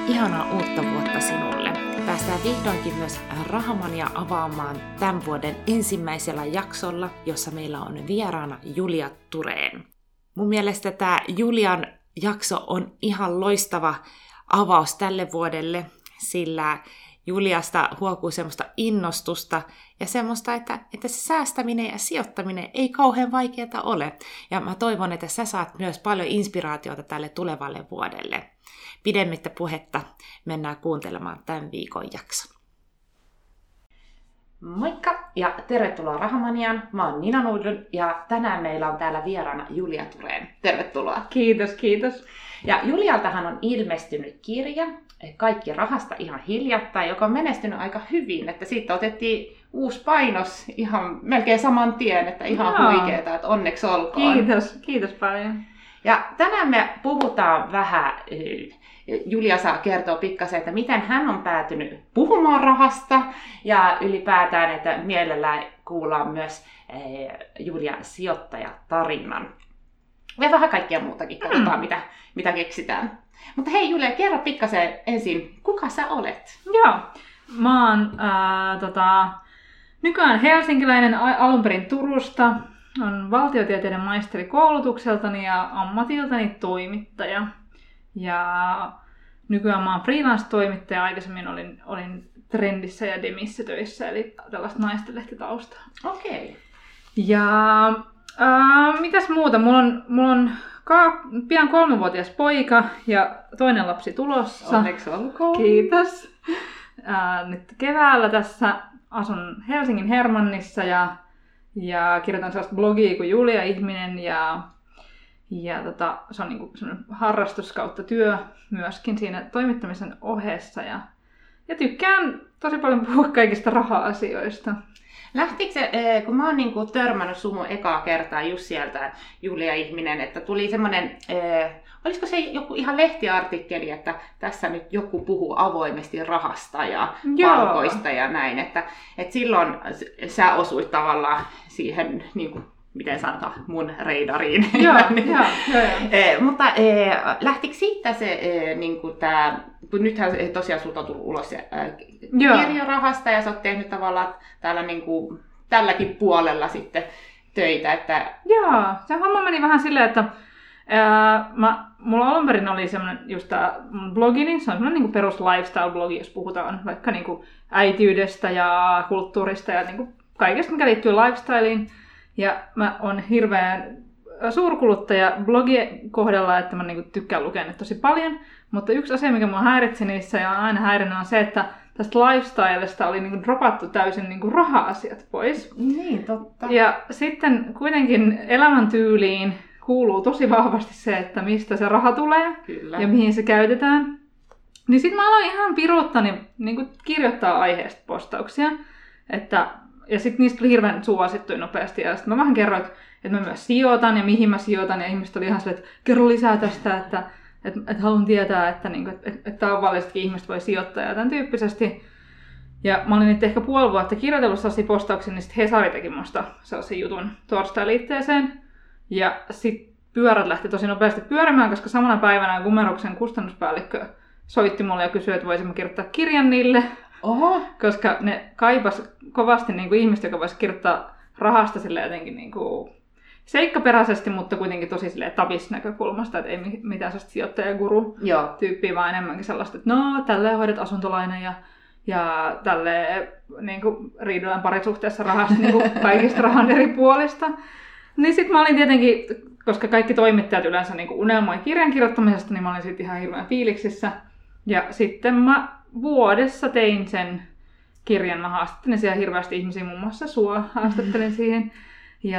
Ihanaa uutta vuotta sinulle. Päästään vihdoinkin myös Rahamania avaamaan tämän vuoden ensimmäisellä jaksolla, jossa meillä on vieraana Julia Thurén. Mun mielestä tämä Julian jakso on ihan loistava avaus tälle vuodelle, sillä Juliasta huokuu semmoista innostusta ja semmoista, että se säästäminen ja sijoittaminen ei kauhean vaikeaa ole. Ja mä toivon, että sä saat myös paljon inspiraatiota tälle tulevalle vuodelle. Pidemmittä puhetta mennään kuuntelemaan tämän viikon jakson. Moikka ja tervetuloa Rahamaniaan. Mä oon Nina Nordlund ja tänään meillä on täällä vieraana Julia Thurén. Tervetuloa. Kiitos, kiitos. Ja Julialtahan on ilmestynyt kirja, Kaikki rahasta ihan hiljattain, joka on menestynyt aika hyvin. Että siitä otettiin uusi painos ihan melkein saman tien, että ihan huikeeta, että onneksi olkoon. Kiitos paljon. Ja tänään me puhutaan vähän, Julia saa kertoa pikkasen, että miten hän on päätynyt puhumaan rahasta ja ylipäätään, että mielellään kuullaan myös Julia sijoittajatarinan. Ja vähän kaikkea muutakin, katsotaan mitä keksitään. Mutta hei Julia, kerro pikkasen ensin, kuka sä olet? Joo, mä oon nykyään helsinkiläinen, alunperin Turusta. On valtiotieteiden maisteri koulutukseltani ja ammatiltani toimittaja. Ja nykyään mä oon freelance-toimittaja. Aikaisemmin olin Trendissä ja Demissä töissä, eli tällaista naistenlehtitaustaa. Okei. Okay. Ja mitäs muuta? Mulla on pian 3-vuotias poika ja toinen lapsi tulossa. Onneksi olkoon. Kiitos. Nyt keväällä tässä asun Helsingin Hermannissa ja kirjoitan sellaista blogia kuin Julia Ihminen ja se on niinku semmoinen harrastus kautta työ myöskin siinä toimittamisen ohessa ja tykkään tosi paljon puhua kaikista raha-asioista. Lähtikö se, kun mä oon niinku törmännyt suhun ekaa kertaa just sieltä Julia Ihminen, että tuli semmoinen, olisiko se joku ihan lehtiartikkeli, että tässä nyt joku puhuu avoimesti rahasta ja palkoista ja näin, että silloin sä osuit tavallaan siihen, niinku, miten sanotaan, mun reidariin. Joo. Mutta lähtikö siitä se, niinku tää, kun nythän tosiaan sulta on tullut ulos se kirja rahasta ja sä oot tehnyt tavallaan täällä niinku, tälläkin puolella sitten töitä. Että... Joo, se homma meni vähän silleen, että mulla alun perin oli semmoinen just tää mun blogini, se on semmoinen niinku perus lifestyle-blogi, jos puhutaan vaikka niinku äitiydestä ja kulttuurista ja niinku kaikesta, mikä liittyy lifestyleen. Ja mä oon hirveän suurkuluttaja blogien kohdalla, että mä niinku tykkään lukea ne tosi paljon. Mutta yksi asia, mikä mua häiritsi niissä ja on aina häirinyt, on se, että tästä lifestylesta oli niinku dropattu täysin niinku raha-asiat pois. Niin, totta. Ja sitten kuitenkin elämäntyyliin kuuluu tosi vahvasti se, että mistä se raha tulee. Kyllä. Ja mihin se käytetään. Niin sit mä aloin ihan piruuttani niinku kirjoittaa aiheesta postauksia. Ja sitten niistä tuli hirveän suosittuja nopeasti. Ja sitten mä vähän kerroin, että mä myös sijoitan ja mihin mä sijoitan. Ja ihmiset oli ihan silleen, että kerro lisää tästä, että haluan tietää, että tavallisetkin ihmiset voi sijoittaa ja tämän tyyppisesti. Ja mä olin nyt ehkä puoli vuotta kirjoitellut sellaisia postauksia, niin sitten Hesari teki musta sellaisen jutun torstai-liitteeseen. Ja sitten pyörät lähti tosi nopeasti pyörimään, koska samana päivänä Gumeruksen kustannuspäällikkö soitti mulle ja kysyi, että voisimme kirjoittaa kirjan niille. Oho. Koska ne kaipas kovasti niin kuin ihmistä, joka voisi kirjoittaa rahasta jotenkin niin kuin seikkaperäisesti, mutta kuitenkin tosi tapis-näkökulmasta, että ei mitään sellaista sijoittajaguru-tyyppiä, vaan enemmänkin sellaista, että no, tälleen hoidat asuntolaina ja tälleen niin kuin riidellään parisuhteessa rahasta niin kuin kaikista rahan eri puolista. Niin sit mä olin tietenkin, koska kaikki toimittajat yleensä niin kuin unelmoi kirjan kirjoittamisesta, niin mä olin sitten ihan hirveän fiiliksissä. Ja sitten mä vuodessa tein sen kirjan, mä haastattelin siellä hirveästi ihmisiä, muun muassa sua haastattelin siihen. Ja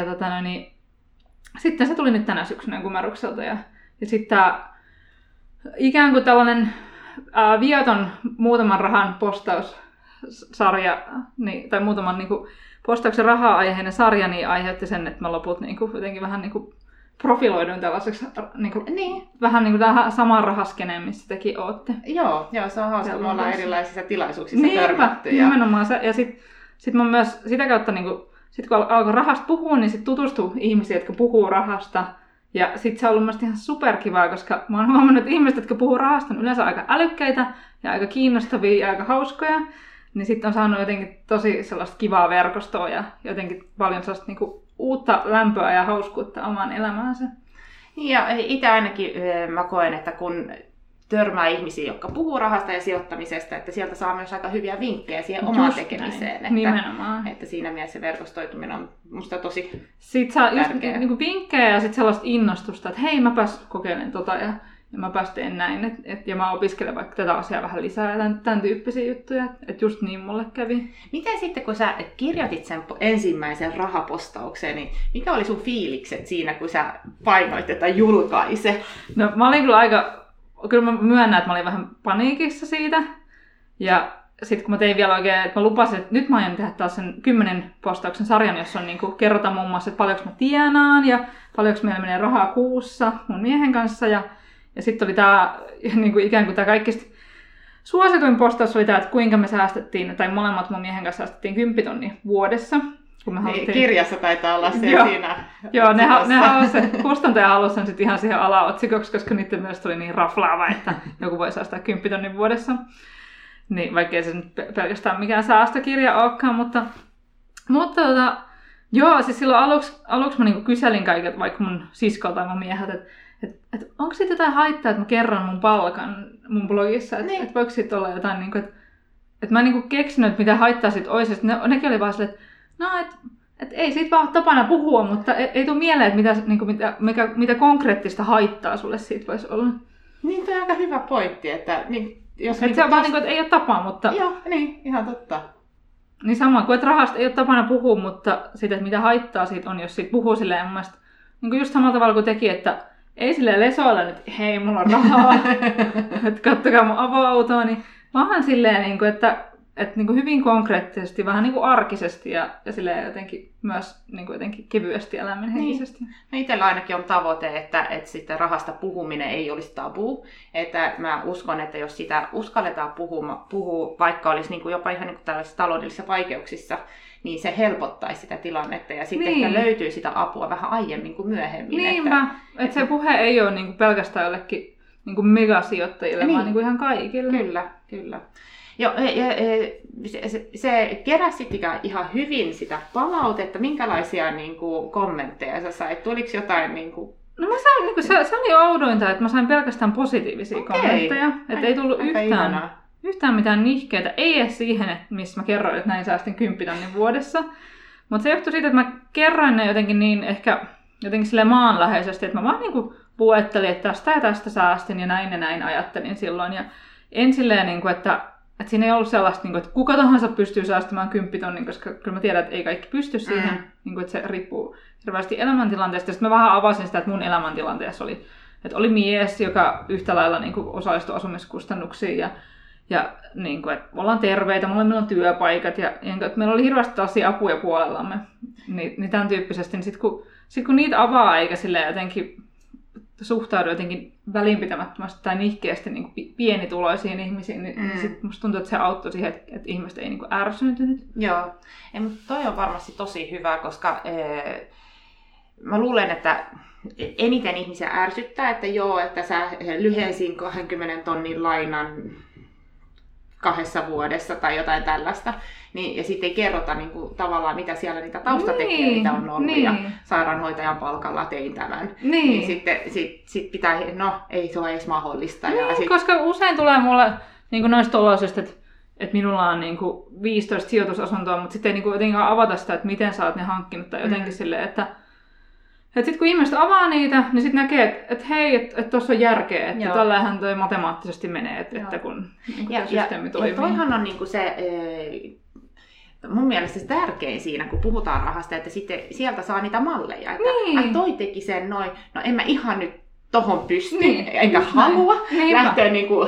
sitten se tuli nyt tänä syksynä Gumerukselta. Ja sitten ikään kuin tällainen viaton muutaman rahan postaussarja, tai muutaman niinku postauksen raha-aiheinen sarja, niin aiheutti sen, että mä loput niinku jotenkin vähän niinku profiloiduin tällaiseksi vähän niin kuin tähän samaan rahaskeneen, missä tekin ootte. Joo, se on hauska, me ollaan erilaisissa tilaisuuksissa törmätty. Nimenomaan. Ja sit mä myös sitä kautta, niin kun alkoi rahasta puhua, niin sit tutustui ihmisiä, jotka puhuu rahasta. Ja sit se on ollut mielestäni ihan superkivaa, koska mä oon huomannut, että ihmiset, jotka puhuu rahasta, on yleensä aika älykkäitä ja aika kiinnostavia ja aika hauskoja. Niin sitten on saanut jotenkin tosi sellaista kivaa verkostoa ja jotenkin paljon sellaista niinku uutta lämpöä ja hauskuutta omaan elämäänsä. Ja itse ainakin mä koen, että kun törmää ihmisiä, jotka puhuu rahasta ja sijoittamisesta, että sieltä saa myös aika hyviä vinkkejä siihen omaan tekemiseen. Että siinä mielessä verkostoituminen on musta tosi sitten saa just niinku vinkkejä ja sitten sellaista innostusta, että hei, mäpäs kokeilen ja mäpäs teen näin. Ja mä opiskelen vaikka tätä asiaa vähän lisää ja tämän tyyppisiä juttuja. Että just niin mulle kävi. Miten sitten, kun sä kirjoitit sen ensimmäisen rahapostauksen, niin mikä oli sun fiilikset siinä, kun sä painoit tätä julkaise? No mä olin kyllä mä myönnän, että mä olin vähän paniikissa siitä. Ja sitten kun mä tein vielä oikein, että mä lupasin, että nyt mä aion tehdä taas sen 10 postauksen sarjan, jossa on niinku, kerrotaan muun muassa, että paljonko mä tienaan ja paljonko meillä menee rahaa kuussa mun miehen kanssa. Ja sitten oli tää niinku, ikään kuin tää kaikista suosituin postaus oli tää, että kuinka me säästettiin, tai molemmat mun miehen kanssa säästettiin 10 000 vuodessa. Kun me haluttiin... Kirjassa taitaa olla se siinä. Joo, ne halusi se, kustantaja halusi sen sitten ihan siihen alaotsikoksi, koska niiden mielestä oli niin raflaava, että joku voi säästää 10 000 vuodessa. Niin, vaikkei se nyt pelkästään mikään säästökirja olekaan, mutta joo, siis silloin aluksi mä niinku kyselin kaiket, vaikka mun siskolta tai mun mieheltä, että onko siitä jotain haittaa, että mä kerron mun palkan mun blogissa, että voiko siitä olla jotain, niinku, että mä en niinku keksinyt, että mitä haittaa siitä olisi, että nekin oli vaan silleen, että ei siitä vaan tapana puhua, mutta ei tule mieleen, että mitä konkreettista haittaa sulle siitä voisi olla. Niin, toi on aika hyvä pointti, että... Jos se on vaan niin kuin, että ei ole tapaa, mutta... Joo, niin, ihan totta. Niin sama kuin, että rahasta ei ole tapana puhua, mutta siitä, että mitä haittaa siitä on, jos siitä puhuu silleen mun mielestä... Niin kuin just samalla tavalla kuin teki, että ei silleen lesoilla, että hei, mulla on rahaa, että kattokaa mun avoautoa, niin vaan silleen, niin kuin, että niin kuin hyvin konkreettisesti, vähän niin kuin arkisesti ja silleen jotenkin myös niin kuin jotenkin kevyesti elämänhenkisesti. Niin. No itsellä ainakin on tavoite, että sitten rahasta puhuminen ei olisi tabu. Että mä uskon, että jos sitä uskalletaan puhua, vaikka olisi niin kuin jopa ihan niin kuin tällaisissa taloudellisissa vaikeuksissa, niin se helpottaisi sitä tilannetta ja sitten ehkä löytyy sitä apua vähän aiemmin kuin myöhemmin. Niinpä, että se puhe ei ole niin kuin pelkästään jollekin niin kuin megasijoittajille, vaan niin kuin ihan kaikille. Kyllä. Joo, se keräsi ihan hyvin sitä palautetta. Minkälaisia niin kuin, kommentteja sä sait? Tuliko jotain... Niin kuin... No mä sain, se oli oudointa, että mä sain pelkästään positiivisia kommentteja. Että ei tullut yhtään mitään nihkeitä. Ei edes siihen, että missä mä kerroin, että näin säästin 10 000 vuodessa. Mutta se johtui siitä, että mä kerroin ne jotenkin niin ehkä jotenkin silleen maanläheisesti, että mä vaan niin kuin luettelin, että tästä ja tästä säästin ja näin ajattelin silloin. Ja en silleen, niin kuin, että siinä ei ollut sellaista, että kuka tahansa pystyy säästämään 10 000, koska kyllä mä tiedän, että ei kaikki pysty siihen, että se riippuu hirveästi elämäntilanteesta. Sitten mä vähän avasin sitä, että mun elämäntilanteessa oli mies, joka yhtä lailla osallistui asumiskustannuksiin ja että ollaan terveitä, meillä on työpaikat ja että meillä oli hirveästi tällaisia apuja puolellamme. Niin tämän tyyppisesti, niin sit kun niitä avaa eikä silleen jotenkin suhtaudu jotenkin välinpitämättömästi tai nihkeästi niin kuin pienituloisiin ihmisiin, niin sit musta tuntuu, että se auttoi siihen, että ihmiset ei niin kuin ärsyyntynyt. Joo, mutta toi on varmasti tosi hyvä, koska mä luulen, että eniten ihmisiä ärsyttää, että että sä lyhensin 20 000 lainan 2 vuodessa tai jotain tällaista. Niin, ja sitten ei kerrota niin kuin, tavallaan, mitä siellä niitä taustatekijöitä on ollut. Ja sairaanhoitajan palkalla tein tämän. Niin sitten pitää, ei se ole edes mahdollista. Niin, koska usein tulee mulle niin noista oloisista, että minulla on niin kuin 15 sijoitusasuntoa, mutta sitten ei niin kuin, jotenkin avata sitä, että miten sä oot ne hankkinut. Tai jotenkin silleen, että sitten kun ihmiset avaa niitä, niin sitten näkee, että hei, että tuossa on järkeä, että tällähän toi matemaattisesti menee, että kun tämä systeemi toimii. Ja toihan on niin kuin se... Mun mielestä se tärkein siinä, kun puhutaan rahasta, että sitten sieltä saa niitä malleja. Että toi teki sen noin, no en mä ihan nyt tohon pysty, enkä halua lähteä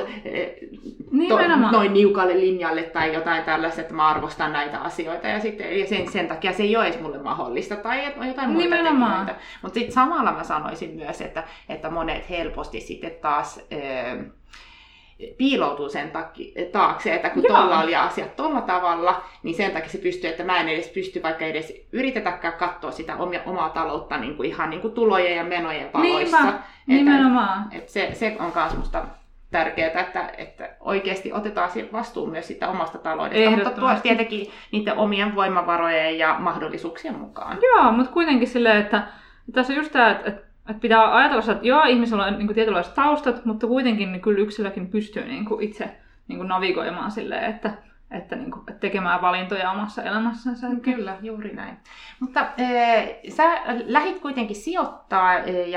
noin niukalle linjalle tai jotain tällaista, että mä arvostan näitä asioita. Ja sen takia se ei ole edes mulle mahdollista tai jotain muita tekijöitä. Mutta sitten samalla mä sanoisin myös, että monet helposti sitten taas... piiloutuu sen taakse, että kun tuolla oli asiat tuolla tavalla, niin sen takia se pystyy, että mä en edes pysty vaikka edes yritetäkään katsoa sitä omaa taloutta niin kuin ihan niin kuin tulojen ja menojen valoissa. Niinpä, nimenomaan. Että se on myös musta tärkeää, että oikeasti otetaan vastuu myös sitä omasta taloudesta, mutta tietenkin niiden omien voimavarojen ja mahdollisuuksien mukaan. Joo, mutta kuitenkin silleen, että tässä on just tämä, että pitää ajatella, että joo, ihmisellä on niin kuin tietynlaiset taustat, mutta kuitenkin niin kyllä yksilökin pystyy niin kuin itse niin kuin navigoimaan silleen, että niin kuin, tekemään valintoja omassa elämässänsä. Kyllä, juuri näin. Mutta sä lähdit kuitenkin sijoittaa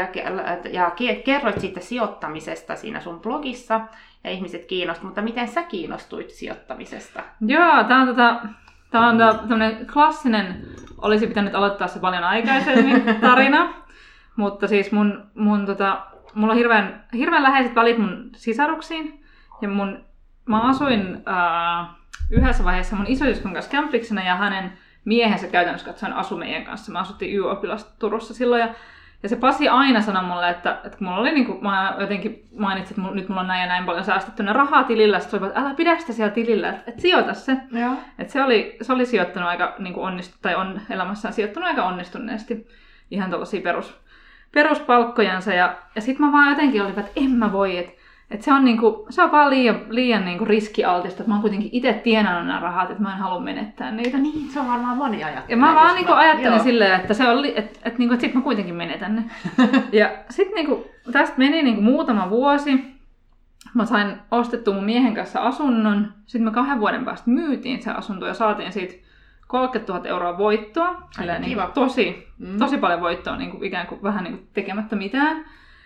ja kerroit siitä sijoittamisesta siinä sun blogissa ja ihmiset kiinnostuivat, mutta miten sä kiinnostuit sijoittamisesta? Joo, tämä on tämmöinen klassinen, olisi pitänyt aloittaa se paljon aikaisemmin tarina. Mutta siis mulla on hirveän läheiset välit mun sisaruksiin. Ja mä asuin yhdessä vaiheessa mun isosiskon kanssa kämppiksenä ja hänen miehensä käytännössä katsoen asui meidän kanssa. Mä asuttiin Y-oppilas Turussa silloin. Ja se Pasi aina sanoi mulle, että kun mulla oli niinku, mä jotenkin mainitsin, että nyt mulla on näin ja näin paljon säästettynä rahaa tilillä. Sitten oli, että älä pidä sitä siellä tilillä, että sijoita se. Että se oli sijoittanut aika niinku tai on elämässään sijoittanut aika onnistuneesti. Ihan tällaisia peruspalkkojansa ja sit mä vaan jotenkin olin, että en mä voi, että se on vaan liian niinku riskialtista, että mä oon kuitenkin itse tienannut nämä rahat, että mä en halua menettää niitä. Niin, se on varmaan moni ajattelu. Ja mä vaan niinku ajattelin silleen, että se oli, että sit mä kuitenkin menetän ne. Ja sit niinku, tästä meni niinku muutama vuosi. Mä sain ostettua mun miehen kanssa asunnon. Sitten me 2 vuoden päästä myytiin se asunto ja saatiin siitä 30 000 euroa voittoa. Niin tosi paljon voittoa, niin kuin ikään kuin vähän niin kuin tekemättä mitään.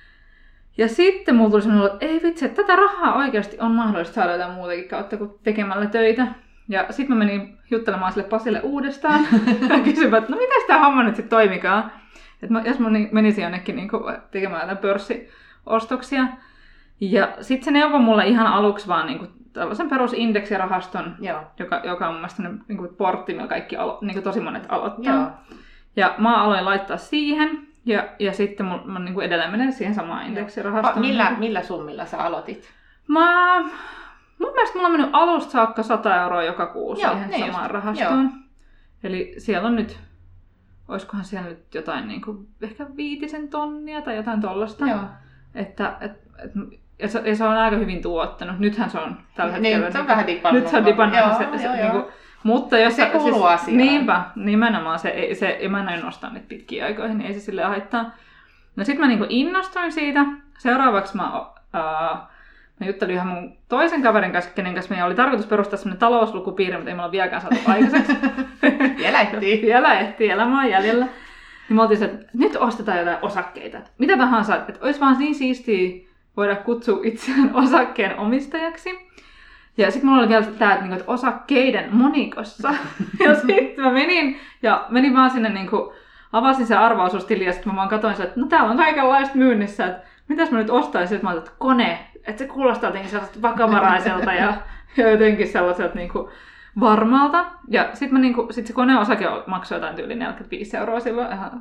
Ja sitten mulla tuli sellainen, että ei vitsi, että tätä rahaa oikeasti on mahdollista saada jotain muutakin kautta kuin tekemällä töitä. Ja sitten mä menin juttelemaan sille Pasille uudestaan ja kysyin, että no mitäs tää homma nyt sitten toimikaan. Että jos mä menisin jonnekin niin kuin tekemään jotain pörssiostoksia. Ja sitten se neuvoi mulle ihan aluksi vaan niin kuin tällaisen perusindeksirahaston, joka on mun mielestä niin portti, millä kaikki niin tosi monet aloittaa. Joo. Ja mä aloin laittaa siihen, ja sitten mä niin kuin edelleen menen siihen samaan indeksirahastoon. Millä summilla sä aloitit? Mun mielestä mulla on mennyt alusta saakka 100 euroa joka kuusi siihen samaan rahastoon. Joo. Eli siellä on nyt, olisikohan siellä nyt jotain niin kuin, ehkä 5 tonnia tai jotain tollasta. Joo. Ja se on aika hyvin tuottanut. Nythän se on tällä hetkellä. Nyt se on vähän dipannut. Nyt se on dipannut. Joo. Mutta jos se kuuluu asiaan. Niinpä, nimenomaan ja mä en näin nostaa niitä pitkiä aikoihin, niin ei se silleen haittaa. No sit mä niinku innostuin siitä. Seuraavaksi mä juttelin ihan mun toisen kaverin kanssa, kenen kanssa meidän oli tarkoitus perustaa semmoinen talouslukupiiri, mutta ei me olla vieläkään saatu aikaiseksi. Vielä ehtii, elämä on jäljellä. Niin me oltiin se, että nyt ostetaan jotain osakkeita. Mitä tahansa, että olisi vaan niin siistiä voida kutsua itseään osakkeen omistajaksi. Ja sitten mulla oli vielä tämä, että osakkeiden monikossa. Ja sitten mä menin vaan sinne, avasin sen arvo-osuustilin ja sitten mä vaan katsoin, että no täällä on kaikenlaista myynnissä, että mitäs mä nyt ostaisin. Sitten mä ajattelin, että kone, että se kuulostaa jotenkin sellaiselta vakavaraiselta ja jotenkin sellaiselta varmalta. Ja sitten sit se koneosake maksoi jotain tyyli 45 euroa silloin. Ihan,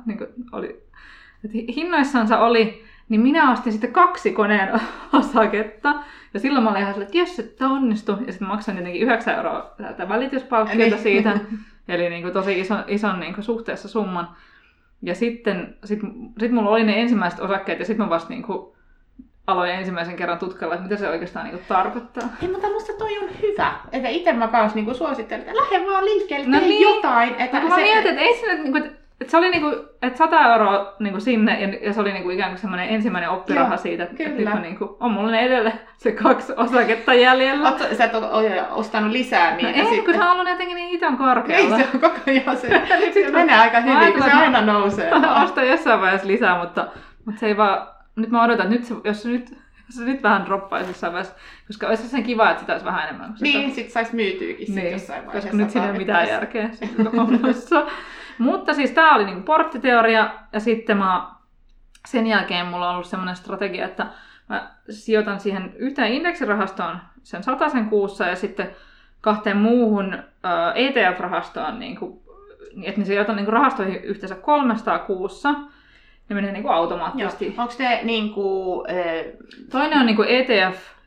hinnoissansa oli. Niin minä ostin sitten 2 koneen osaketta. Ja silloin mä olin ihan sellainen, että jes, että onnistui. Ja sitten maksoin jotenkin 9 euroa välityspalkkiota siitä. Eli tosi ison suhteessa summan. Ja sitten mulla oli ne ensimmäiset osakkeet ja sitten mä vasta aloin ensimmäisen kerran tutkailla, että mitä se oikeastaan tarkoittaa. Ei, mutta musta toi on hyvä. Että itse mä kans suosittelen, että lähde vaan liikkeelle, tee jotain. Että mä mietin, että ei sinne, että se oli että 100 euroa sinne ja se oli ikään kuin semmoinen ensimmäinen oppiraha siitä, että nyt mä on mulla edelleen se 2 osaketta jäljellä. Sä et ole ostanut lisää niitä sitten? Ei, kun se on ollut jotenkin niin hiton korkealla. Ei se on koko ajan se menee aika hyvin, kun se aina nousee. Ostan jossain vaiheessa lisää, mutta se ei vaan, nyt mä odotan, että jos se nyt vähän droppaisi jossain vaiheessa, koska olisi sen kiva, että sitä olisi vähän enemmän. Niin, sit sais myytyykin niin, jossain vaiheessa. Koska nyt siinä ei ole mitään järkeä hommassa. Mutta siis tää oli porttiteoria ja sitten sen jälkeen mulla on ollut semmoinen strategia, että mä sijoitan siihen yhteen indeksirahastoon sen 100 kuussa ja sitten 2 muuhun ETF-rahastoon, että ne sijoitan rahastoihin yhteensä 300 kuussa. Ne menee automaattisesti. Onko ne toinen on ETF,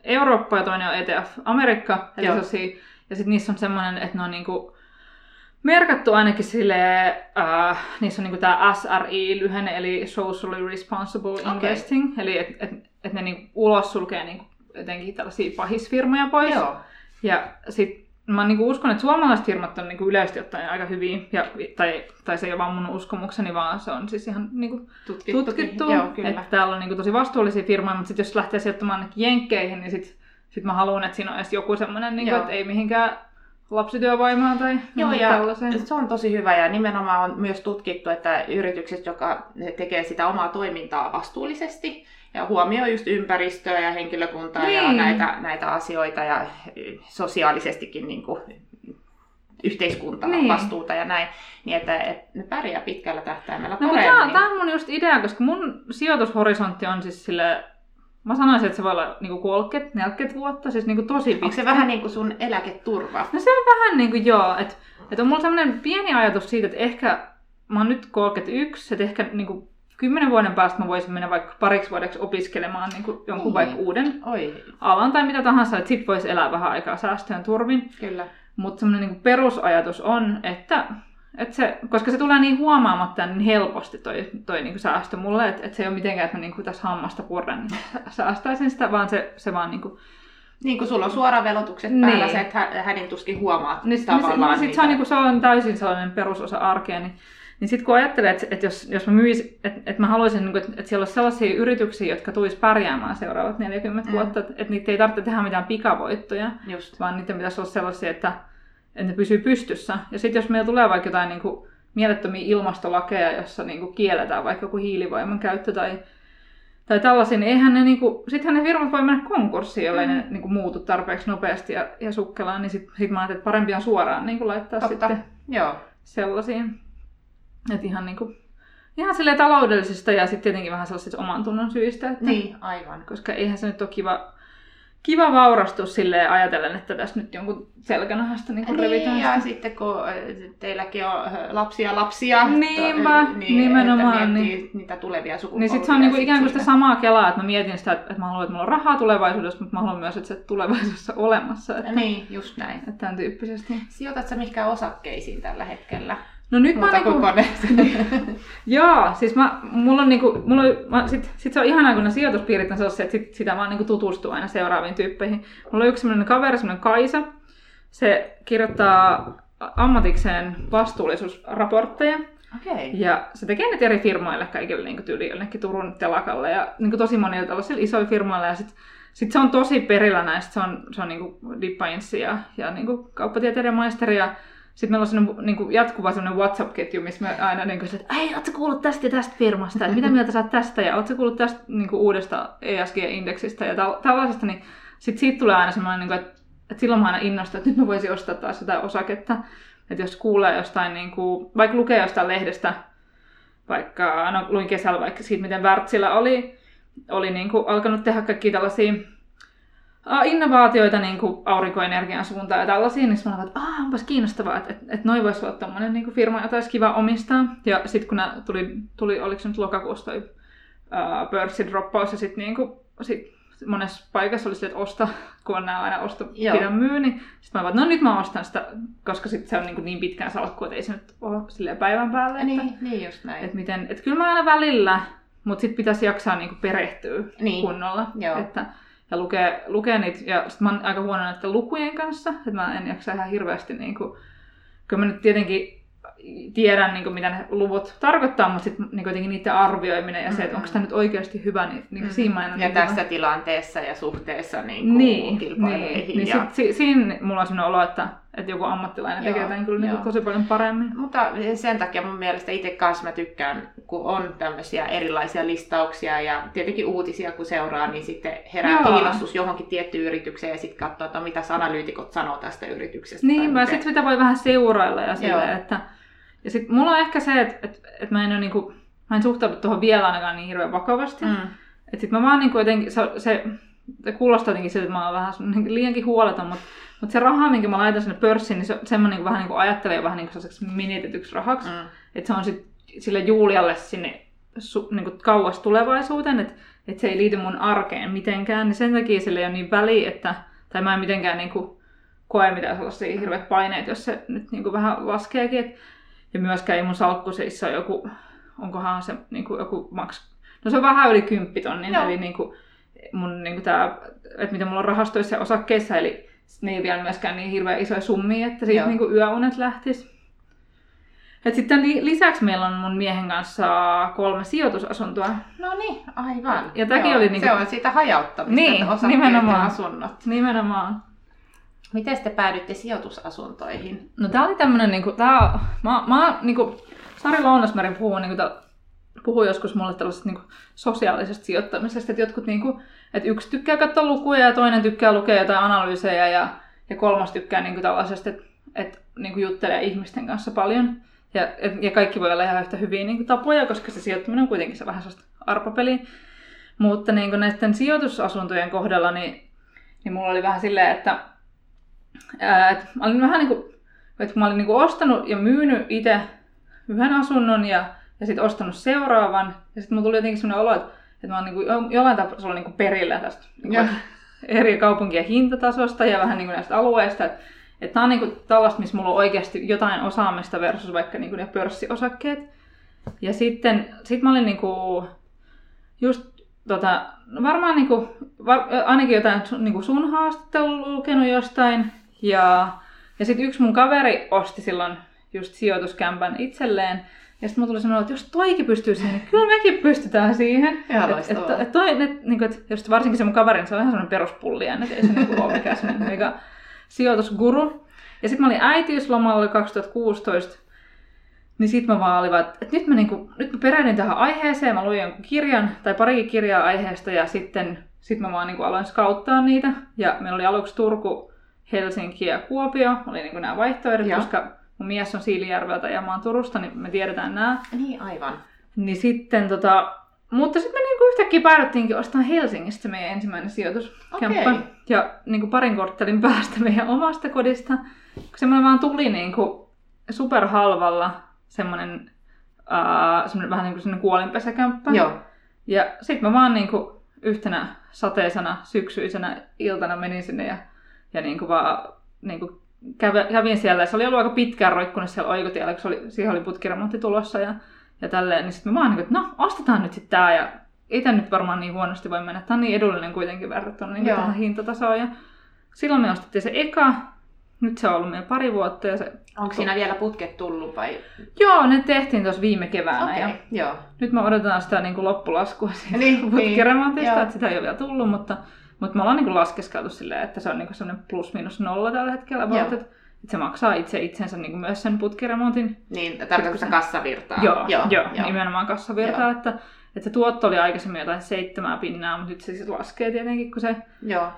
Eurooppa ja toinen on ETF Amerikka. Eli ja sitten niissä on semmoinen, että ne on niinku merkattu ainakin silleen, niissä on niinku tää SRI-lyhenne, eli Socially Responsible Investing. Eli että ne niinku ulos sulkee niinku jotenkin tällaisia pahisfirmoja pois. Joo. Ja sit mä niinku uskon, että suomalaiset firmat on niinku yleisesti ottaen aika hyviä, tai se ei ole vaan mun uskomukseni, vaan se on siis ihan niinku tutkittu. Joo, että täällä on niinku tosi vastuullisia firmoja, mutta sit jos lähtee sijoittamaan jenkkeihin, niin sit mä haluan, että siinä on edes joku semmoinen, niinku, että ei mihinkään lapsityövoimaa tai tällaiseen. Se on tosi hyvä ja nimenomaan on myös tutkittu, että yritykset, jotka tekee sitä omaa toimintaa vastuullisesti ja huomioi just ympäristöä ja henkilökuntaa ja näitä asioita ja sosiaalisestikin niin kuin yhteiskuntaa, vastuuta ja näin, niin että ne pärjää pitkällä tähtäimellä paremmin. Tämä on mun just idea, koska mun sijoitushorisontti on siis silleen, mä sanoisin, että se voi olla niinku 30-40 vuotta, siis niinku tosi pitkä. Onko se vähän niin kuin sun eläketurva? No se on vähän niin kuin joo, että on mulla sellainen pieni ajatus siitä, että ehkä mä oon nyt 31, että ehkä niinku 10 vuoden päästä mä voisin mennä vaikka pariksi vuodeksi opiskelemaan niinku jonkun vaikka uuden alan tai mitä tahansa, että sit voisi elää vähän aikaa säästöön turvin. Kyllä. Mutta semmoinen niinku perusajatus on, että se, koska se tulee niin huomaamatta niin helposti toi niinku säästö mulle, että se ei ole mitenkään, että mä niinku tässä hammasta purren niin säästäisin sitä, vaan se vaan niinku... Niin kuin sulla on suoravelotukset päällä, se, että hänen tuskin huomaat tavallaan niitä. Se on täysin sellainen perusosa arkea, niin sitten kun ajattelee, että jos mä myisin, että mä haluaisin, että siellä olisi sellaisia yrityksiä, jotka tulisi pärjäämään seuraavat 40 vuotta, että niitä ei tarvitse tehdä mitään pikavoittoja, vaan niiden pitäisi olla sellaisia, että ne pysyy pystyssä. Ja sitten jos meillä tulee vaikka jotain niin kuin mielettömiä ilmastolakeja, jossa niin kuin kielletään vaikka joku hiilivoiman käyttö tai tällaisia, niin sittenhän ne firmat voi mennä konkurssiin, jollei ne niin kuin muutu tarpeeksi nopeasti ja sukkelaan, niin sit mä ajattelin, että parempi on suoraan niin kuin laittaa sitten sellaisiin. Että ihan silleen taloudellisista ja sitten tietenkin vähän sellaisista oman tunnon syistä. Että, niin, aivan. Koska eihän se nyt ole kiva vaurastus silleen ajatellen, että tässä nyt jonkun selkänahasta niin revitään. Ja sitten kun teilläkin on lapsia. Niinpä, nimenomaan. Niitä tulevia sukupolvia. Niin sitten se on niinku ikään kuin sitä samaa kelaa, että mä mietin sitä, että mä haluan, että mulla on rahaa tulevaisuudessa, mutta mä haluan myös, että se tulevaisuudessa on olemassa. Että, niin, just näin. Että tämän tyyppisesti. Sijoitatko sä mihinkään osakkeisiin tällä hetkellä? No nyt mä Joo, siis sit se on ihanaa, kun ne sijoituspiirit on sellaisia, että sitä vaan niinku tutustuu aina seuraaviin tyyppeihin. Mulla on yksi sellainen kaveri, sellainen Kaisa. Se kirjoittaa ammatikseen vastuullisuusraportteja. Okay. Ja se tekee niitä eri firmoille kaikille niinku tyyliin jonnekin Turun telakalle ja niinku tosi monilla tällaisilla isoilla firmoilla. Ja sit se on tosi perillä näistä. Se on niinku dippainsi ja niinku kauppatieteiden maisteri. Sitten meillä on sellainen niin jatkuva sellainen WhatsApp-ketju, missä me aina niin kuin, että ei, ootko kuullut tästä ja tästä firmasta, että mitä mieltä sä oot tästä, ja ootko kuullut tästä niin kuin uudesta ESG-indeksistä ja tällaisesta, niin sitten siitä tulee aina sellainen, niin kuin, että silloin mä aina innostun, että nyt mä voisin ostaa taas jotain osaketta. Että jos kuulee jostain, niin kuin, vaikka lukee jostain lehdestä, vaikka, luin kesällä vaikka siitä, miten Wärtsilä oli niin kuin, alkanut tehdä kaikkia tällaisia innovaatioita niin kuin aurinkoenergian suuntaan ja tällaisia, niin mä olin, että onpas kiinnostavaa, että noi voisi olla tommonen niin kuin firma, jota olisi kiva omistaa. Ja sitten kun tuli oliko se nyt lokakuussa toi pörssidroppaus ja sitten niin monessa paikassa oli sille, että osta, kun on nämä aina pidä myy, niin sitten mä olin, että nyt mä ostan sitä, koska sitten se on niin pitkään salkku, että ei se nyt ole silleen päivän päälle. Niin just näin. Että kyllä mä aina välillä, mutta sitten pitäisi jaksaa niin kuin perehtyä kunnolla. Ja lukee niitä, ja sit mä oon aika huono näiden lukujen kanssa, että mä en jaksa ihan hirveästi niinku, kyllä mä nyt tietenkin tiedän niinku, mitä ne luvut tarkoittaa, mutta sitten niinku, jotenkin niiden arvioiminen ja se, että onko tämä nyt oikeasti hyvä, niin siinä mä en ole... Ja tässä tilanteessa ja suhteessa kilpailuihin. Niin siinä mulla on sellainen olo, että joku ammattilainen tekee tämän kyllä niin tosi paljon paremmin. Mutta sen takia mun mielestä itse kanssa mä tykkään, kun on tämmöisiä erilaisia listauksia ja tietenkin uutisia kun seuraa, niin sitten herää kiinnostus johonkin tiettyyn yritykseen ja sitten katsoo, että mitä analyytikot sanoo tästä yrityksestä. Niin, ja sitten sitä voi vähän seurailla ja silleen, että... Ja sitten mulla on ehkä se, että mä en suhtaudu tuohon vielä ainakaan niin hirveän vakavasti. Että sitten mä vaan niinku jotenkin, se kuulostaa jotenkin siltä, että mä oon vähän liiankin huoleton, mutta se raha, minkä mä laitan sinne pörssiin, niin sen mä niinku vähän niinku ajattelen jo vähän niinku sellaiseksi menetetyksi rahaksi. Että se on sitten sille Julialle sinne niin kauas tulevaisuuteen, että se ei liity mun arkeen mitenkään, niin sen takia sillä ei ole niin väliä, tai mä en mitenkään niin kuin koe mitään sellaisia hirveät paineet, jos se nyt niin kuin vähän laskeekin. Ja myöskään ei mun salkkuseissa ole joku, onkohan se niin kuin joku no se on vähän yli 10 000, eli niin kuin mun niin kuin tää, että mitä mulla on rahastoissa ja osakkeissa, eli ne ei vielä myöskään niin hirveän isoja summia, että siitä niin kuin yöunet lähtisi. Et sitten lisäksi meillä on mun miehen kanssa 3 sijoitusasuntoa. No niin, aivan. Ja tämäkin oli se on siitä hajauttamista, niin, että osakkeet ja asunnot. Nimenomaan. Miten te päädyitte sijoitusasuntoihin? No tää oli tämmönen niinku, niinku Sari Lounasmeri puhuu joskus mulle tällaisesta niinku sosiaalisesta sijoittamisesta, että jotkut niinku, että yksi tykkää katsoa lukuja ja toinen tykkää lukea jotain analyysejä ja kolmas tykkää niinku tällaisesta, että niinku juttelee ihmisten kanssa paljon. Ja kaikki voi olla ihan yhtä hyviä niinku tapoja, koska se sijoittaminen on kuitenkin se vähän sellaista arpapeliä. Mutta niinku näiden sijoitusasuntojen kohdalla, niin mulla oli vähän silleen, että mä olin vähän niinku, että kun mä olin niinku ostanut ja myynyt itse yhden asunnon ja sitten ostanut seuraavan. Ja sitten mulla tuli jotenkin sellainen olo, että mä oon niinku jollain tasolla niinku perillä tästä niinku eri kaupunkien hintatasosta ja vähän niinku näistä alueista. Että tää on niinku tällaista, missä mulla on oikeasti jotain osaamista versus vaikka niinku ne pörssiosakkeet. Ja sitten mä olin niinku just varmaan niinku, ainakin jotain niinku sun haastattelua lukenut jostain. Ja sitten yksi mun kaveri osti silloin just sijoituskämpän itselleen. Ja sitten mulla tuli semmoinen, että jos toikin pystyy siihen, niin kyllä mekin pystytään siihen. Just varsinkin se mun kaveri, se on ihan semmoinen peruspulliainen, että ei se niinku ole mikään semmoinen mega sijoitusguru. Ja sitten mä olin äitiyslomalla 2016. Niin sit mä vaan olin, että nyt mä perähdyin tähän aiheeseen, mä luin jonkun kirjan tai parikin kirjaa aiheesta ja sitten mä vaan niinku aloin skauttaa niitä. Ja meillä oli aluksi Turku, Helsinki ja Kuopio, oli niinku nämä vaihtoehdot, koska mun mies on Siilijärveltä ja mä oon Turusta, niin me tiedetään nämä. Niin, aivan. Niin sitten mutta sitten me niinku yhtäkkiä päädyttiinkin ostamaan Helsingistä meidän ensimmäinen sijoituskämppä. Okay. Ja niinku parin korttelin päästä meidän omasta kodista. Semmoinen vaan tuli niinku superhalvalla semmoinen vähän niinku semmoinen kuolinpesäkämppä. Joo. Ja sitten mä vaan niinku yhtenä sateisena syksyisenä iltana menin sinne ja niinku vaan niinku kävin siellä. Ja se oli ollut aika pitkään roikkunut siellä oikotiellä, kun siihen oli putkiremontti tulossa ja tälleen. Niin sitten mä vaan niinku, että no, ostetaan nyt sitten tää. Ja ei tää nyt varmaan niin huonosti voi mennä. Tää on niin edullinen kuitenkin verrattuna niin tähän hintatasoon. Ja silloin me ostettiin se eka. Nyt se on ollut meidän 2 vuotta. Ja onko siinä vielä putket tullut vai? Joo, ne tehtiin tuossa viime keväänä. Okay, ja nyt me odotetaan sitä niin kuin loppulaskua siitä putkiremontista, että sitä ei ole vielä tullut, mutta me ollaan niin kuin laskeskeltu silleen, että se on niin kuin sellainen +/- tällä hetkellä. Että se maksaa itsensä niin kuin myös sen putkiremontin. Niin, tarkoitatko kassavirtaa? Joo, nimenomaan kassavirtaa. Että se tuotto oli aikaisemmin jotain 7%, mutta nyt se siis laskee tietenkin, kun se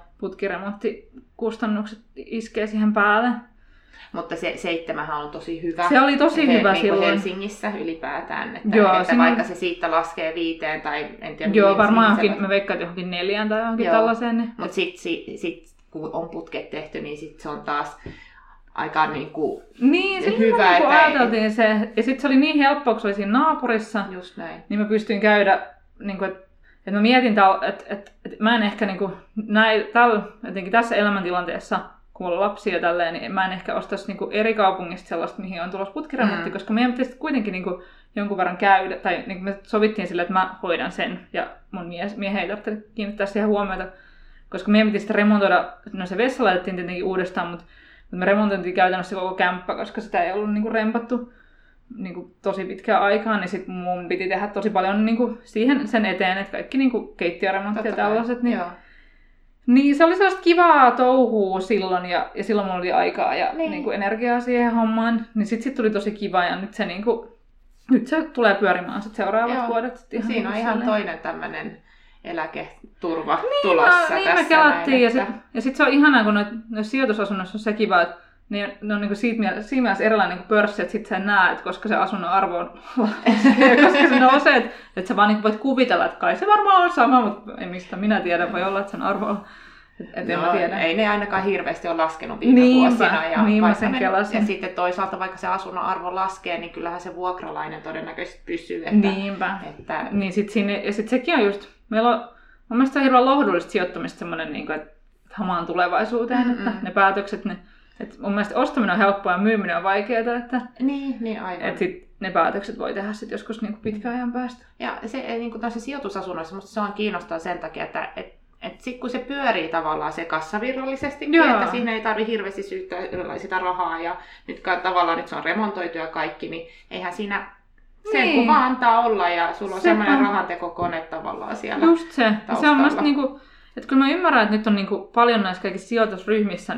putkiremonttikustannukset iskee siihen päälle. Mutta se 7 on tosi hyvä. Se oli tosi hyvä niin silloin. Helsingissä ylipäätään, että vaikka se siitä laskee 5 tai en tiedä. Joo, varmaan mä veikkaan, että johonkin 4 tai johonkin tällaiseen. Niin. Mutta sit kun on putket tehty, niin sit se on taas aika niinku hyvä. Niin, ajateltiin se. Ja sitten se oli niin helppoa, kun se oli siinä naapurissa. Just näin. Niin mä pystyin käydä, niinku, että mä mietin, että mä en ehkä niinku, jotenkin tässä elämäntilanteessa, kun mulla on lapsia ja tälleen, niin mä en ehkä ostaisi niinku eri kaupungista sellaista, mihin on tulossa putkiremontti, koska meidän pitäisi kuitenkin niinku jonkun verran käydä, tai niinku me sovittiin sille, että mä hoidan sen, ja mun miehen ei tarvitse kiinnittää siihen huomiota, koska meidän pitäisi sitä remontoida, no se vessa laitettiin tietenkin uudestaan, mutta me remontoitiin käytännössä koko kämppä, koska sitä ei ollut niinku rempattu niinku tosi pitkään aikaan, niin sit mun piti tehdä tosi paljon niinku sen eteen, että kaikki niinku keittiöremontti ja tällaiset, niin se oli sellaista kivaa touhua silloin, ja silloin mulla oli aikaa ja niinku energiaa siihen hommaan. Niin sit tuli tosi kiva, ja nyt se tulee pyörimään sit seuraavat vuodet. Sit ihan siinä on ihan toinen tämmönen eläketurva tulossa niin tässä. Me kelattiin, ja sit se on ihanaa, kun noissa sijoitusasunnoissa on se kiva, että ne on niinku siinä mielessä erilainen kuin pörssi, että sit sä näet, koska se asunnon arvo on koska se nousee, että sä vaan niinku voit kuvitella, että kai se varmaan on sama, mutta ei mistä minä tiedän, voi olla, että sen arvo on En mä tiedä. Ei ne ainakaan hirveästi ole laskenut viime vuosina. Ja sitten toisaalta vaikka se asunnon arvo laskee, niin kyllähän se vuokralainen todennäköisesti pysyy. Niin sit sekin on just, meillä on mun mielestä hirveän lohdullista sijoittamista semmoinen, niin että hamaan tulevaisuuteen, että ne päätökset, että mun mielestä ostaminen on helppoa ja myyminen on vaikeaa, että niin aivan. Että sit ne päätökset voi tehdä sit joskus niin pitkän ajan päästä. Ja se niin tässä sijoitusasunnoissa musta se on kiinnostaa sen takia, että sitten kun se pyörii tavallaan se kassavirrallisesti, että siinä ei tarvitse hirveästi syyttää sitä rahaa ja nyt tavallaan nyt se on remontoitu ja kaikki, niin eihän siinä sen kun vaan antaa olla ja sulla on semmoinen rahantekokone tavallaan siellä just se. taustalla. Se on musta niinku, että kyllä mä ymmärrän, että nyt on niinku paljon näissä kaikissa sijoitusryhmissä,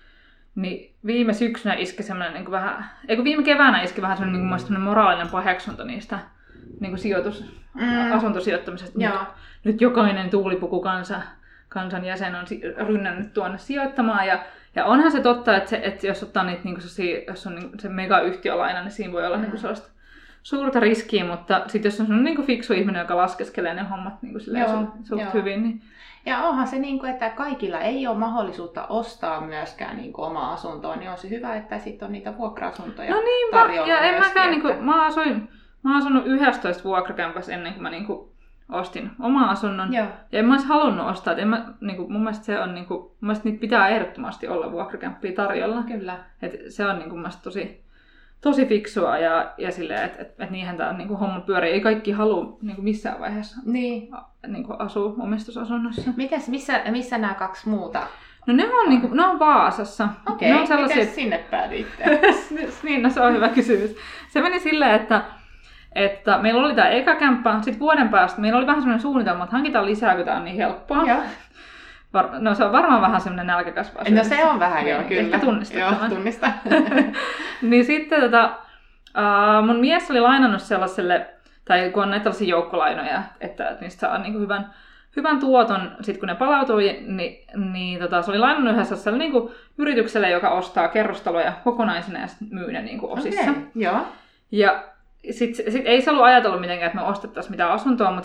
niin viime syksynä iski semmoinen niinku vähän, viime keväänä iski vähän semmoinen niinku moraalinen paheksunta niistä niinku asuntosijoittamisesta. Nyt jokainen tuulipukukansan jäsen on rynnännyt tuonne sijoittamaan. Ja onhan se totta, että jos ottaa niitä, niinku jos on niinku se megayhtiölaina, niin siinä voi olla niinku sellaista suurta riskiä, mutta sitten jos on sellainen niinku fiksu ihminen, joka laskeskelee ne hommat niinku suht hyvin, niin... Ja onhan se, että kaikilla ei ole mahdollisuutta ostaa myöskään omaa asuntoa, niin on se hyvä, että sitten on niitä vuokra-asuntoja tarjolla. Ja en mäkään, mä oon asunut 11 vuokrakämpässä ennen kuin mä ostin oman asunnon. Joo. Ja en mä olisi halunnut ostaa. Mun mielestä se on, mun mielestä niitä pitää ehdottomasti olla vuokrakämppiä tarjolla. Kyllä. Se on mun mielestä tosi fiksua ja silleen, että niinhän tämä homma pyörii. Ei kaikki halua missään vaiheessa asua omistusasunnossa. Missä nämä kaksi muuta? No ne on Vaasassa. Okei, ne on sellaisia... miten sinne päädyitte? Niin, se on hyvä kysymys. Se meni silleen, että meillä oli tämä eka kämppä, sitten vuoden päästä meillä oli vähän sellainen suunnitelma, että hankitaan lisää, kun tämä on niin helppoa. Joo. No se on varmaan vähän semmoinen nälkäkasvaa. No se on vähän joo, kyllä. Ehkä tunnistettavan. Joo, tunnista. Niin sitten mun mies oli lainannut sellaiselle, tai kun on näitä tällaisia joukkolainoja, että niistä saa hyvän tuoton, sit kun ne palautui, niin se oli lainannut yhdessä sellaiselle yritykselle, joka ostaa kerrostaloja kokonaisina ja myy ne osissa. Okay, joo. Ja sit ei se ollut ajatellut mitenkään, että me ostettaisiin mitään asuntoa, mutta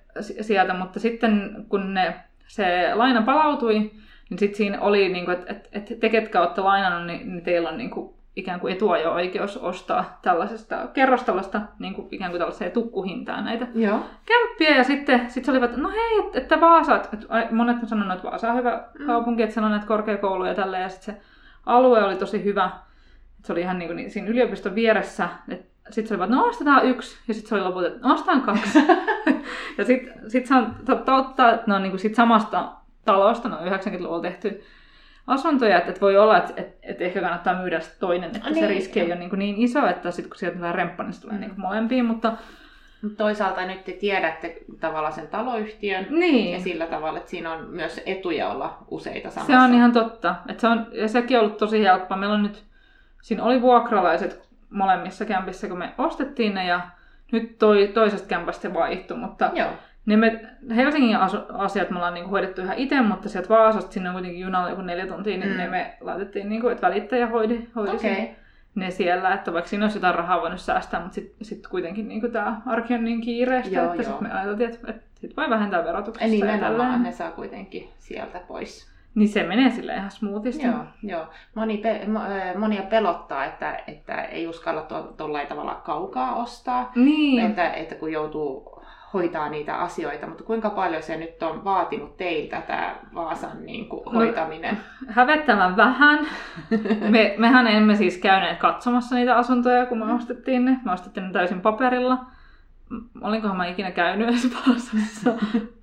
sitten kun se laina palautui, niin sitten siinä oli, että te, ketkä olette lainannut, niin teillä on ikään kuin etuajo-oikeus ostaa tällaisesta kerrostalosta ikään kuin tällaiseen tukkuhintaan näitä kämppiä. Ja sitten se olivat, että no hei, että Vaasa, että monet on sanonut, että Vaasa on hyvä kaupunki, että siellä on näitä korkeakouluja ja tälleen. Ja sitten se alue oli tosi hyvä, että se oli ihan siinä yliopiston vieressä. Sitten se oli vaan, no ostetaan 1, ja sitten se oli lopulta, että ostetaan 2. Ja sitten se on totta, että ne on sit samasta talosta, ne on 90-luvulla tehty asuntoja, että voi olla, että ehkä kannattaa myydä toinen, että se riski ei ole niin iso, että sitten kun sieltä tulee remppa, niin se tulee molempiin, mutta... Toisaalta nyt te tiedätte tavallaan sen taloyhtiön, ja sillä tavalla, että siinä on myös etuja olla useita samassa. Se on ihan totta, ja sekin on ollut tosi helppoa. Meillä on nyt, siinä oli vuokralaiset molemmissa kämpissä, kun me ostettiin ne, ja nyt toisesta kämpästä se vaihtui, mutta Helsingin asiat me ollaan hoidettu ihan itse, mutta sieltä Vaasasta sinne on kuitenkin junalla joku 4 tuntia, niin ne me laitettiin, että välittäjä hoidi ne siellä, että vaikka siinä olisi jotain rahaa voinut säästää, mutta sitten kuitenkin tämä arki on niin kiireistä, että sitten me ajateltiin, että sit voi vähentää verotuksesta. Nimenomaan, ne saa kuitenkin sieltä pois. Niin se menee sille ihan smoothisti. Joo. Monia pelottaa, että ei uskalla tuollain tavalla kaukaa ostaa, että kun joutuu hoitaa niitä asioita, mutta kuinka paljon se nyt on vaatinut teiltä tämä Vaasan hoitaminen? Hävettävän vähän. Mehän emme siis käyneet katsomassa niitä asuntoja, kun me ostettiin ne. Me ostettiin ne täysin paperilla. Olinkohan mä ikinä käynyt edes Vaasassa?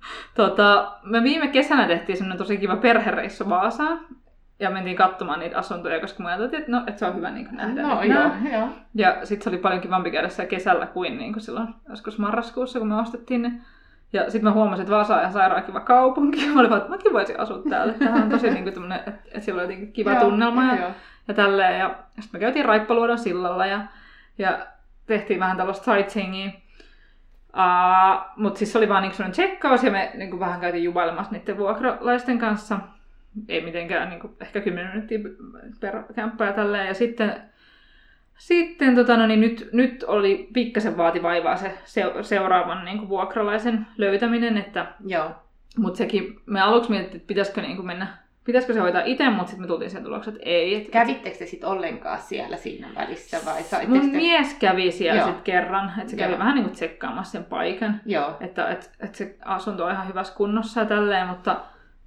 Me viime kesänä tehtiin semmoinen tosi kiva perhereissu Vaasaan. Ja mentiin katsomaan niitä asuntoja, koska mä ajattelin, että se on hyvä nähdä. No joo. Ja sitten se oli paljon kivampi käydä siellä kesällä kuin silloin joskus marraskuussa, kun me ostettiin ne. Ja sitten mä huomasin, että Vaasa on ihan sairaan kiva kaupunki. Mä olin vaan, että mäkin voisin asua täällä. Tämähän on tosi tämmöinen, että siellä on jotenkin kiva tunnelma ja tälleen. Ja sitten me käytiin Raippaluodon sillalla ja tehtiin vähän tällaista sightseeingia. Mutta siis se oli vaan sellainen tsekkaus ja me vähän käytiin juvailemassa niiden vuokralaisten kanssa. Ei mitenkään, ehkä 10 minuuttia per kämppä ja tälleen. Ja sitten nyt oli pikkasen vaati vaivaa se seuraavan vuokralaisen löytäminen, että Mutta sekin, me aluksi mietittiin, että pitäisikö se hoitaa itse, mutta sitten me tultiin sen tuloksen, että ei. Kävittekö te sitten ollenkaan siellä siinä välissä? Vai mun mies kävi siellä sitten kerran, että se kävi vähän niin kuin tsekkaamassa sen paikan. Että se asunto on ihan hyvässä kunnossa ja tälleen, mutta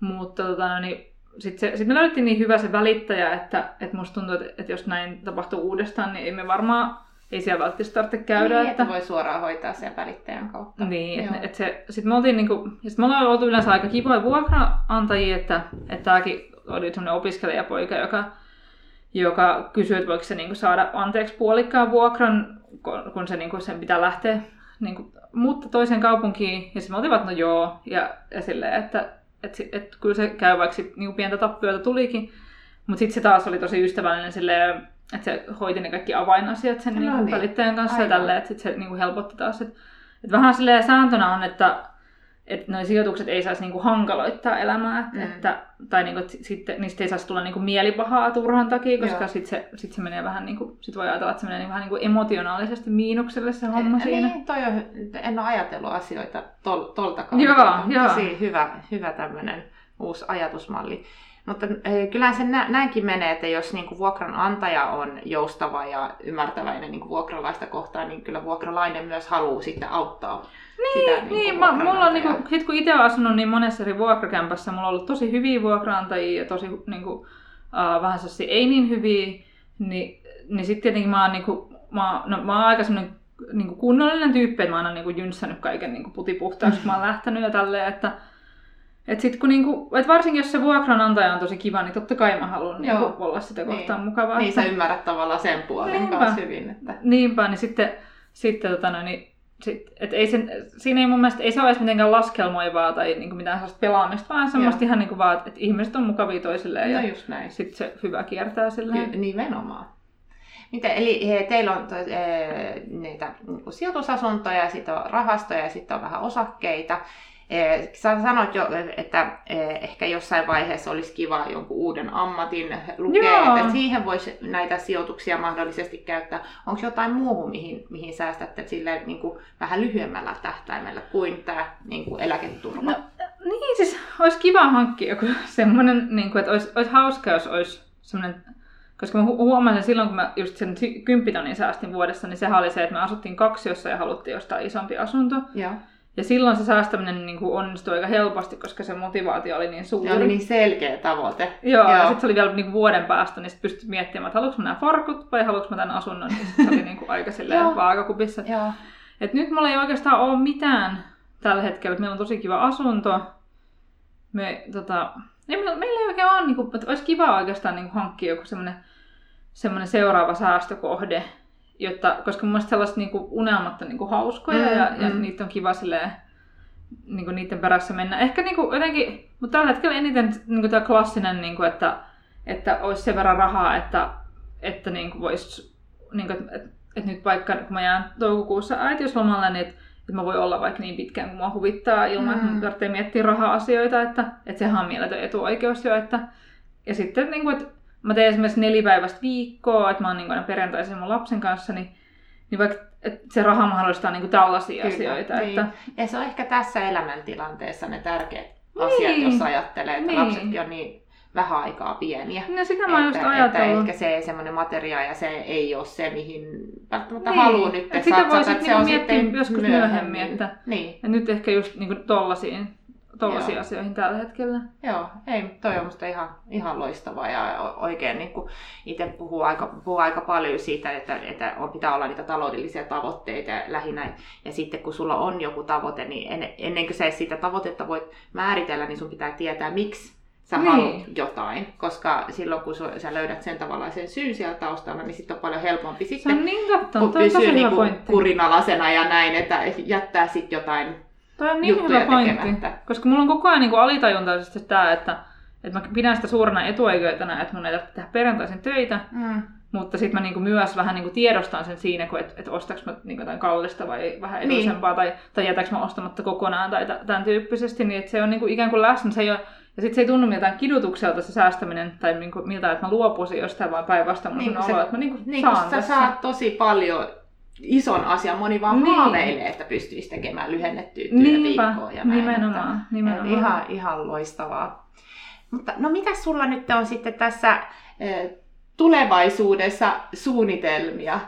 sitten me löydettiin niin hyvä se välittäjä, että musta tuntuu, että jos näin tapahtuu uudestaan, niin ei siellä välttämättä tarvitse käydä. Niin, että voi suoraan hoitaa sen välittäjän kautta. Niin, sitten me oltiin me ollaan oltu yleensä aika kivoja vuokraantajia, että tämäkin oli semmoinen opiskelijapoika, joka kysyi, että voiko se saada anteeksi puolikkaan vuokran, kun se sen pitää lähteä mutta toiseen kaupunkiin. Ja sitten me oltiin, että no joo, ja silleen, että kyllä se käy, vaikka pientä tappioita tulikin. Mutta sitten se taas oli tosi ystävällinen silleen, että se hoiti ne kaikki avainasiat sen välittäjän kanssa ja tälleen, että sit se helpotti taas. Et vähän silleen sääntönä on, että nuo sijoitukset ei saisi hankaloittaa elämää, tai sitten niistä ei saisi tulla mielipahaa turhan takia, koska sitten se menee vähän, sit voi ajatella, että se menee vähän emotionaalisesti miinukselle se homma siinä. Niin, en ole ajatellut asioita tolta kannalta. Tosi hyvä tämmöinen uusi ajatusmalli. Mutta kyllähän se näinkin menee, että jos vuokranantaja on joustava ja ymmärtäväinen vuokralaista kohtaan, niin kyllä vuokralainen myös haluaa sitten auttaa sitä mulla on, sit kun itse olen asunut niin monessa eri vuokrakämpässä, mulla on ollut tosi hyviä vuokraantajia ja tosi vähän sellaisia ei niin hyviä, niin sitten tietenkin mä oon aika semmoinen kunnollinen tyyppi, että mä oon aina jynssännyt kaiken putipuhtaaksi, kun mä oon lähtenyt ja tälleen, että varsinkin jos se vuokranantaja on tosi kiva, niin totta kai mä haluan olla sitä kohtaan mukavaa. Niin sä ymmärrät tavallaan sen puolen kanssa hyvin. Että... Niinpä, niin et siinä ei mun mielestä ei se ole edes mitenkään laskelmoivaa tai mitään sellaista pelaamista, vaan semmoista ihan vaan, että ihmiset on mukavia toisilleen ja sitten se hyvä kiertää silleen. Nimenomaan. Eli teillä on niitä sijoitusasuntoja, sitten on rahastoja ja sitten on vähän osakkeita. Sä sanoit jo, että ehkä jossain vaiheessa olisi kiva jonkun uuden ammatin lukea, että siihen voisi näitä sijoituksia mahdollisesti käyttää. Onko jotain muuhun, mihin säästätte silleen, vähän lyhyemmällä tähtäimellä kuin tämä eläketurva? No, niin, siis olisi kiva hankkia joku semmoinen, että olisi hauska, jos olisi semmoinen, koska mä huomasin silloin, kun mä just sen 10 000 säästin vuodessa, niin sehän oli se, että me asuttiin kaksiossa ja haluttiin ostaa isompi asunto. Joo. Ja silloin se säästäminen onnistui aika helposti, koska se motivaatio oli niin suuri. Ja oli niin selkeä tavoite. Joo. Ja sitten se oli vielä vuoden päästä, niin sitten pystyt miettimään, että haluanko mä nämä farkut vai haluanko mä tämän asunnon. Niin se oli aika silleen vaakakupissa. Et nyt mulla ei oikeastaan ole mitään tällä hetkellä. Meillä on tosi kiva asunto. Meillä ei oikein ole, että olisi kiva oikeastaan hankkia joku semmoinen seuraava säästökohde. Koska mun mielestä sellaiset unelmat on hauskoja ja niitä on kiva silleen, niiden perässä mennä. Ehkä jotenkin, mutta tällä hetkellä eniten tämä klassinen, että olisi sen verran rahaa, että voisi, että nyt vaikka kun mä jään toukokuussa äitiyslomalle, niin että mä voin olla vaikka niin pitkään kuin mua huvittaa ilman, että mun tarvitsee miettiä raha-asioita, että sehän on mieletön etuoikeus jo. Ja sitten, että mä teen esimerkiksi 4 päivästä viikkoa, että mä oon aina perjantaisin mun lapsen kanssa, niin vaikka se raha mahdollistaa tällaisia asioita. Niin. Että... Ja se on ehkä tässä elämäntilanteessa ne tärkeät asiat, jos ajattelee, että lapsetkin on niin vähän aikaa pieniä. No sitä mä just ajatellut. Että ehkä se semmoinen materia ja se ei ole se, mihin välttämättä haluaa nyt satsata. Sitä voi sitten miettiä joskus myöhemmin. Että nyt ehkä just tollaisiin asioihin tällä hetkellä. Joo, toi on musta ihan loistavaa ja oikein itse puhuu aika paljon siitä, että pitää olla niitä taloudellisia tavoitteita lähinnä. Ja sitten kun sulla on joku tavoite, niin ennen kuin sä sitä tavoitetta voit määritellä, niin sun pitää tietää, miksi sä haluat jotain. Koska silloin kun sä löydät sen tavallaan sen syyn siellä taustalla, niin sitten on paljon helpompi sitten pysyä kurinalaisena ja näin, että jättää sitten jotain. Toi on niin hyvä pointti, koska mulla on koko ajan alitajuntaisesti tämä, että mä pidän sitä suurena etuoikeutena, että mun ei tarvitse tehdä perjantaisin töitä, mutta sitten mä myös vähän tiedostan sen siinä, että ostaks mä jotain kallista vai vähän edullisempaa, tai jätäks mä ostamatta kokonaan tai tämän tyyppisesti, niin että se on ikään kuin läsnä. Se ei ole, ja sitten se ei tunnu miltään kidutukselta se säästäminen, tai miltä, että mä luopuisin jostain, vaan päinvastoin mun olo, että mä saan tässä. Sä saat tosi paljon ison asian. Moni vaan haaveilee, että pystyisi tekemään lyhennettyä työviikkoa ja näin. Nimenomaan. Ihan loistavaa. Mutta no mitä sulla nyt on sitten tässä tulevaisuudessa suunnitelmia?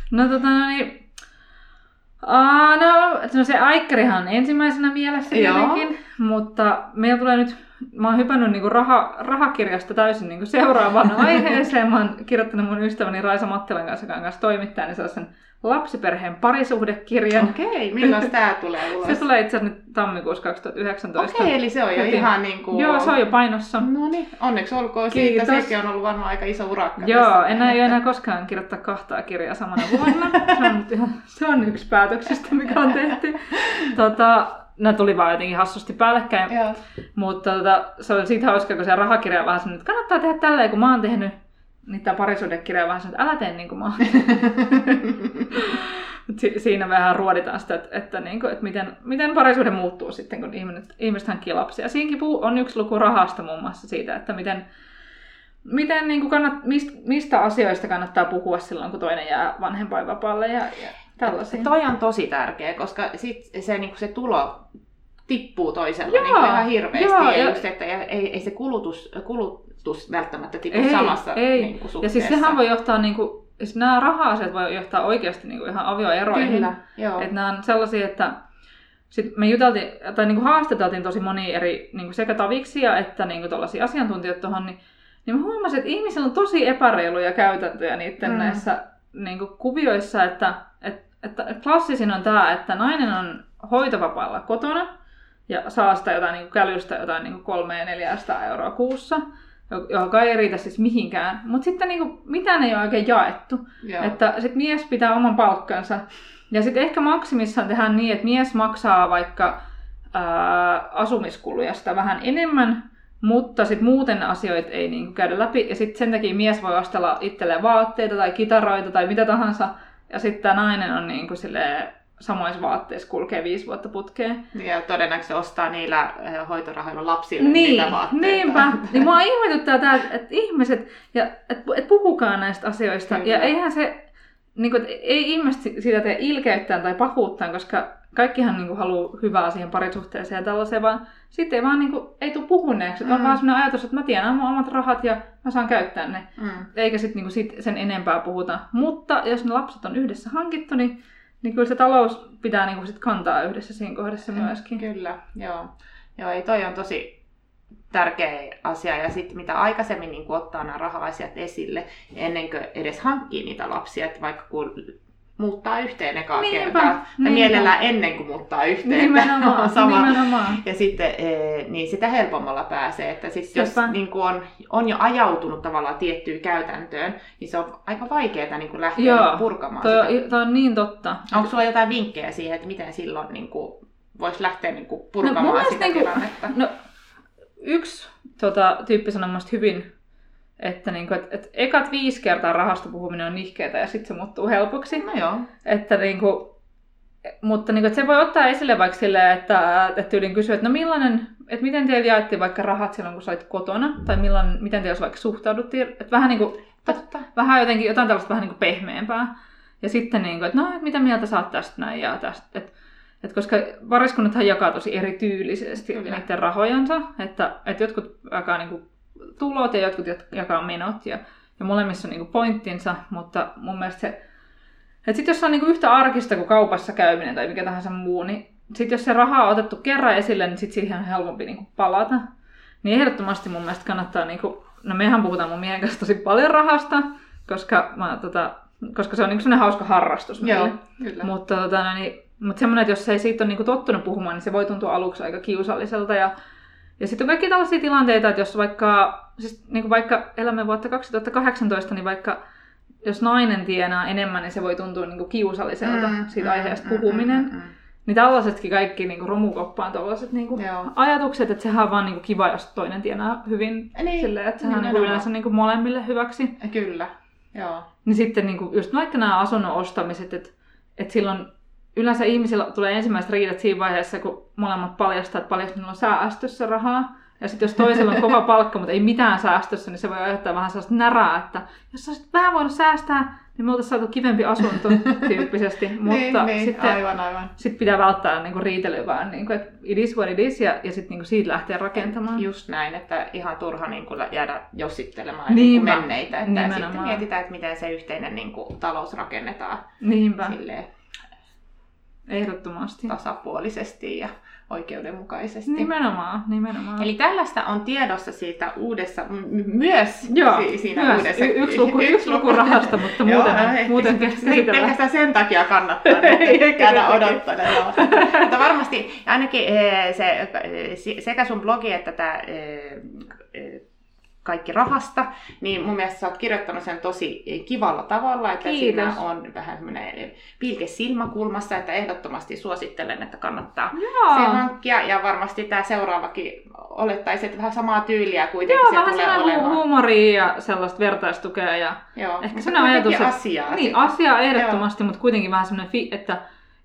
No se aikkarihan on ensimmäisenä mielessä tietenkin, mutta meillä tulee nyt, mä oon hypännyt niinku rahakirjasta täysin niinku seuraavaan aiheeseen. Mä oon kirjoittanut mun ystäväni Raisa Mattilan kanssa toimittajan sellaisen lapsiperheen parisuhdekirjan. Okei, milloin tää tulee ulos? Se tulee itse asiassa nyt tammikuussa 2019. Okei, eli se on jo ihan niinku... Joo, se on jo painossa. No niin, onneksi olkoon siitä. Sekin on ollut varmaan aika iso urakka. Joo, en aio enää koskaan kirjoittaa 2 kirjaa samana vuonna. Se on yksi päätöksistä, mikä on tehty. Nämä tuli vaan jotenkin hassusti päällekkäin. Mutta se oli siitä hauska, kun se rahakirja vähän sanoi, että kannattaa tehdä tälleen, kun mä oon tehnyt. Niin tämä parisuhdekirja vähän sanoi, että älä tee niin kuin mä oon. Siinä vähän ruoditaan sitä, että miten parisuhde muuttuu sitten, kun ihmiset hankkii lapsia. Siinäkin on yksi luku rahasta muun muassa siitä, että miten niin kuin mistä asioista kannattaa puhua silloin, kun toinen jää vanhempainvapaalle ja tällaisia. Toi on tosi tärkeä, koska sit se tulo tippuu toisella niin ihan hirveästi. Ja just, että ei se kulutus välttämättä tipu samassa niin kuin suhteessa. Ja siis sehän voi johtaa, siis nämä raha-asiat voi johtaa oikeasti ihan avioeroihin. Kyllä, joo. Että nämä on sellaisia, että sit me juteltiin, tai haastateltiin tosi monia eri sekä taviksia että tuollaisia asiantuntijoita tuohon, niin mä huomasin, että ihmisillä on tosi epäreiluja käytäntöjä niiden näissä kuvioissa, että klassisin on tämä, että nainen on hoitovapaalla kotona ja saa sitä jotain kälystä jotain 300-400 euroa kuussa, joka ei riitä siis mihinkään. Mutta sitten mitään ei ole oikein jaettu. Joo. Että sit mies pitää oman palkkansa. Ja sitten ehkä maksimissaan tehdään niin, että mies maksaa vaikka asumiskuluja sitä vähän enemmän, mutta sitten muuten asioita ei käydä läpi. Ja sitten sen takia mies voi ostella itselleen vaatteita tai kitaroita tai mitä tahansa. Ja sitten tämä nainen on samoissa vaatteissa kulkee 5 vuotta putkeen. Ja todennäköisesti ostaa niillä hoitorahoilla lapsille niitä vaatteita. Niinpä. Niin mua ihmetyttää tää, että ihmiset, et puhukaan näistä asioista. Kyllä. Ja eihän se, ei ihmiset siitä tee ilkeyttään tai pahuuttaan, koska kaikkihan haluaa hyvää siihen parisuhteeseen ja tällaiseen, vaan sitten ei vaan ei tule puhuneeksi. On vaan sellainen ajatus, että mä tiedän mun omat rahat ja mä saan käyttää ne. Eikä sitten sen enempää puhuta. Mutta jos ne lapset on yhdessä hankittu, niin kyllä se talous pitää sit kantaa yhdessä siinä kohdassa myöskin. Kyllä, joo. Ei, toi on tosi tärkeä asia. Ja sitten mitä aikaisemmin ottaa nämä raha-asiat esille, ennen kuin edes hankkii niitä lapsia, että vaikka kun muuttaa yhteen ekaa kertaa, tai mielellään ennen kuin muuttaa yhteen. Nimenomaan. Ja sitten niin sitä helpommalla pääsee, että sit jos on jo ajautunut tavallaan tiettyyn käytäntöön, niin se on aika vaikeaa lähteä purkamaan sitä. Toi on niin totta. Onko sulla jotain vinkkejä siihen, että miten silloin voisi lähteä purkamaan sitä tilannetta? Yksi tyyppi sanoi mun hyvin, että ekat 5 kertaa rahasta puhuminen on nihkeetä ja sitten se muuttuu helpoksi. No joo. Että mutta että se voi ottaa esille vaikka silleen, että tyyliin kysyä, että että miten teillä jaettiin vaikka rahat silloin, kun sä olit kotona, tai miten teillä vaikka suhtauduttiin, että vähän vähän jotenkin jotain tällaista vähän pehmeämpää. Ja sitten että mitä mieltä sä oot tästä näin ja tästä, että koska pariskunnathan jakaa tosi erityylisesti niiden rahojansa, että jotkut jakaa tulot ja jotkut jakaa menot ja molemmissa on pointtinsa, mutta mun mielestä se, että sit jos se on yhtä arkista kuin kaupassa käyminen tai mikä tahansa muu, niin sit jos se raha on otettu kerran esille, niin sit siihen on helpompi palata. Niin ehdottomasti mun mielestä kannattaa, no mehän puhutaan mun miehen kanssa tosi paljon rahasta, koska se on semmoinen hauska harrastus meille. Joo, kyllä. Mutta semmoinen, että jos ei siitä ole tottunut puhumaan, niin se voi tuntua aluksi aika kiusalliselta. Ja sitten on kaikki tällaisia tilanteita, että jos vaikka elämme vuotta 2018, niin vaikka jos nainen tienaa enemmän, niin se voi tuntua kiusalliselta siitä aiheesta puhuminen. Niin tällaisetkin kaikki romukoppaan tällaiset ajatukset, että sehän on vaan kiva, jos toinen tienaa hyvin silleen, että sehän on yleensä molemmille hyväksi. Kyllä, joo. Niin sitten just vaikka nämä asunnon ostamiset, että silloin yleensä ihmisillä tulee ensimmäiset riidat siinä vaiheessa, kun molemmat paljastaa, että paljon niillä on säästössä rahaa. Ja sitten jos toisella on kova palkka, mutta ei mitään säästössä, niin se voi aiheuttaa vähän sellaista närää, että jos sä olisit vähän voinut säästää, niin me oltaisiin saatu kivempi asunto tyyppisesti, mutta sitten aivan. Sit pitää välttää niinku riitelyä vaan, niinku, että it is what it is, ja sitten niinku siitä lähtee rakentamaan. Just näin, että ihan turha niinku jäädä jossittelemaan niinku menneitä. Että sitten mietitään, että miten se yhteinen niinku talous rakennetaan. Niinpä. Silleen ehdottomasti. Tasapuolisesti ja oikeudenmukaisesti. Nimenomaan. Eli tällaista on tiedossa siitä uudessa, myös siinä myös. uudessa. Yksi luku rahasta, mutta muuten käsitellään. Pelkästään sen takia kannattaa käydä odottelemaan. Mutta varmasti ainakin sekä sun blogi että tämä kaikki rahasta, niin mun mielestä sä oot kirjoittanut sen tosi kivalla tavalla, että siinä on vähän semmoinen pilke silmäkulmassa, että ehdottomasti suosittelen, että kannattaa se hankkia, ja varmasti tämä seuraavakin olettaisi, että vähän samaa tyyliä kuitenkin se tulee olemaan. Joo, huumoria ja sellaista vertaistukea, ja ehkä sellainen ajatus, että asiaa ehdottomasti, mutta kuitenkin vähän semmoinen, että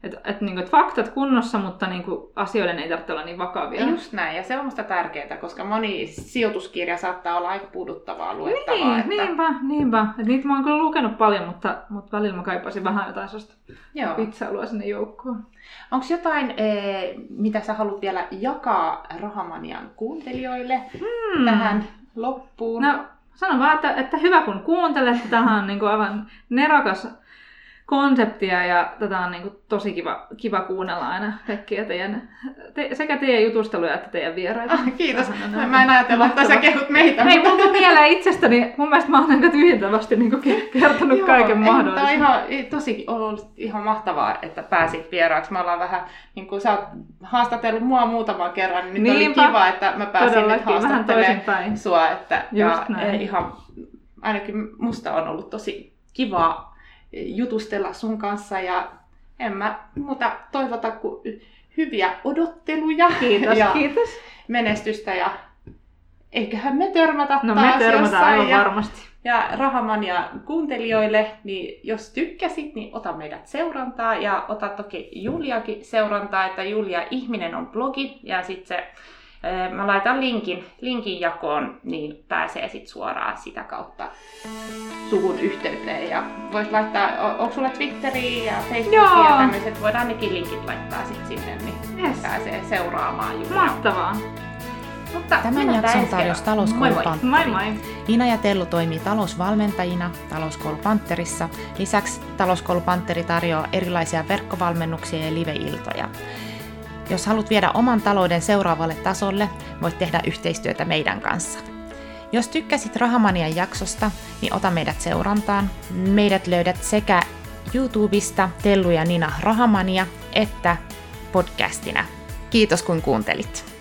faktat kunnossa, mutta asioiden ei tarvitse olla niin vakavia. Just näin, ja se on musta tärkeää, koska moni sijoituskirja saattaa olla aika puuduttavaa luettavaa. Niinpä. Niitä mä oon kyllä lukenut paljon, mutta välillä mä kaipaisin vähän jotain sellaista vitsailua sinne joukkoon. Onko jotain, mitä sä haluat vielä jakaa Rahamanian kuuntelijoille tähän loppuun? No, sanon vaan, että hyvä kun kuuntelette. Tähän on aivan nerokas konseptia, ja tätä on tosi kiva kuunnella aina kaikkia sekä teidän jutusteluja että teidän vieraita. Kiitos. Mä en ajatellut, että sä kehut meitä. Hei, mulla tuli mieleen itsestäni, mun mielestä mä oon aika tyhjentävästi kertonut kaiken mahdollisen. Tämä on tosi ollut ihan mahtavaa, että pääsit vieraaksi. Me ollaan vähän, sä oot haastatellut mua muutaman kerran, niin oli kiva, että mä pääsin nyt haastattelemaan sua. Ihan, ainakin musta on ollut tosi kivaa jutustella sun kanssa, ja en mä muuta toivota kuin hyviä odotteluja. Kiitos. Menestystä, ja eiköhän me törmätä taas me törmätään aivan varmasti. Ja Rahamania kuuntelijoille, niin jos tykkäsit, niin ota meidät seurantaa, ja ota toki Juliakin seurantaa, että Julia Ihminen on blogi, ja sitten se mä laitan linkin jakoon, niin pääsee sit suoraan sitä kautta suvun yhteyteen. Ja vois laittaa, onko sulla Twitteriä ja Facebookia ja tämmöiset, voidaan nekin linkit laittaa sit sinne, niin pääsee seuraamaan Julia. Mahtavaa! Mutta tämän jakson tarjosi Talouskoulu Pantteri. Moi. Nina ja Tellu toimii talousvalmentajina Talouskoulu Pantterissa. Lisäksi Talouskoulu Pantteri tarjoaa erilaisia verkkovalmennuksia ja live-iltoja. Jos haluat viedä oman talouden seuraavalle tasolle, voit tehdä yhteistyötä meidän kanssa. Jos tykkäsit Rahamanian jaksosta, niin ota meidät seurantaan. Meidät löydät sekä YouTubesta Tellu ja Nina Rahamania että podcastina. Kiitos kun kuuntelit.